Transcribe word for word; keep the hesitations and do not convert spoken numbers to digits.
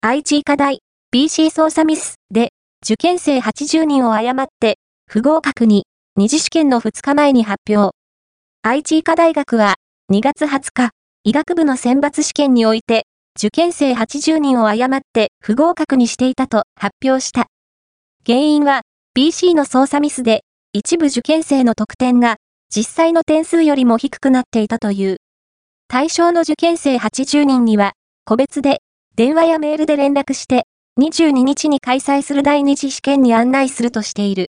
愛知医科大 ピーシー 操作ミスで受験生はちじゅうにんを誤って不合格に二次試験のふつかまえに発表。愛知医科大学はにがつはつか医学部の選抜試験において受験生はちじゅうにんを誤って不合格にしていたと発表した。原因は ピーシー の操作ミスで一部受験生の得点が実際の点数よりも低くなっていたという。対象の受験生はちじゅうにんには個別で電話やメールで連絡してにじゅうににちに開催する第二次試験に案内するとしている。